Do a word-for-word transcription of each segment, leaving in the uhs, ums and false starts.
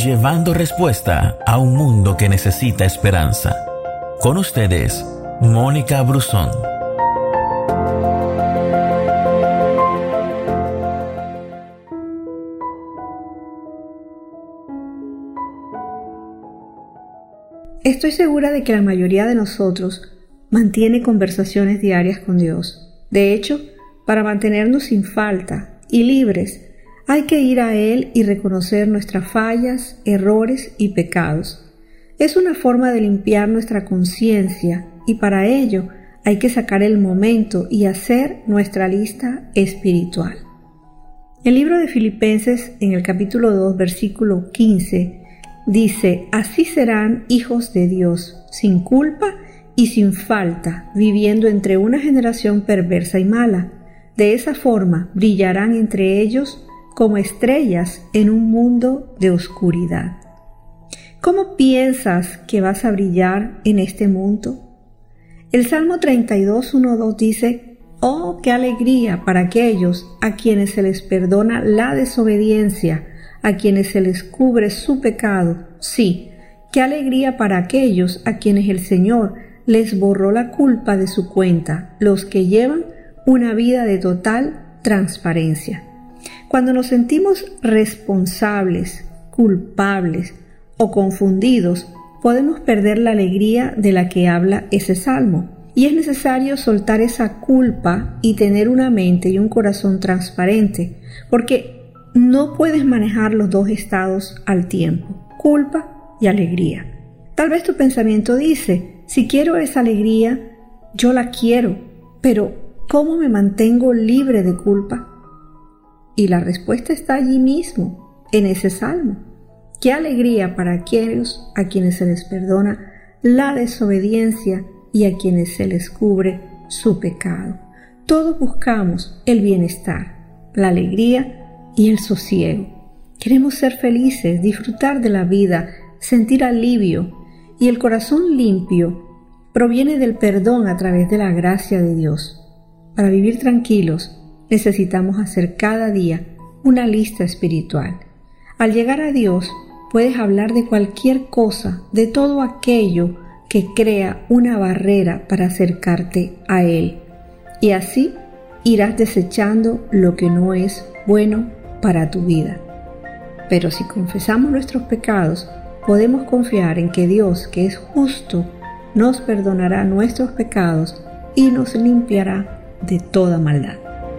llevando respuesta a un mundo que necesita esperanza. Con ustedes, Mónica Brusón. Estoy segura de que la mayoría de nosotros mantiene conversaciones diarias con Dios. De hecho, para mantenernos sin falta y libres, hay que ir a Él y reconocer nuestras fallas, errores y pecados. Es una forma de limpiar nuestra conciencia y para ello hay que sacar el momento y hacer nuestra lista espiritual. El libro de Filipenses, en el capítulo dos, versículo quince, dice: así serán hijos de Dios, sin culpa y sin falta, viviendo entre una generación perversa y mala. De esa forma brillarán entre ellos como estrellas en un mundo de oscuridad. ¿Cómo piensas que vas a brillar en este mundo? El Salmo treinta y dos, uno, dos dice: oh, qué alegría para aquellos a quienes se les perdona la desobediencia, a quienes se les cubre su pecado. Sí, qué alegría para aquellos a quienes el Señor les borró la culpa de su cuenta, los que llevan una vida de total transparencia. Cuando nos sentimos responsables, culpables o confundidos, podemos perder la alegría de la que habla ese salmo. Y es necesario soltar esa culpa y tener una mente y un corazón transparente, porque no puedes manejar los dos estados al tiempo, culpa y alegría. Tal vez tu pensamiento dice: si quiero esa alegría, yo la quiero, pero ¿cómo me mantengo libre de culpa? Y la respuesta está allí mismo, en ese salmo. Qué alegría para aquellos a quienes se les perdona la desobediencia y a quienes se les cubre su pecado. Todos buscamos el bienestar, la alegría y el sosiego. Queremos ser felices, disfrutar de la vida, sentir alivio, y el corazón limpio proviene del perdón a través de la gracia de Dios. Para vivir tranquilos, necesitamos hacer cada día una lista espiritual. Al llegar a Dios, puedes hablar de cualquier cosa, de todo aquello que crea una barrera para acercarte a Él. Y así irás desechando lo que no es bueno para tu vida. Pero si confesamos nuestros pecados, podemos confiar en que Dios, que es justo, nos perdonará nuestros pecados y nos limpiará de toda maldad.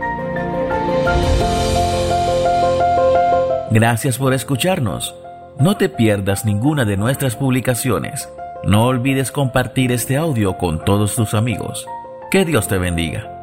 Gracias por escucharnos. No te pierdas ninguna de nuestras publicaciones. No olvides compartir este audio con todos tus amigos. Que Dios te bendiga.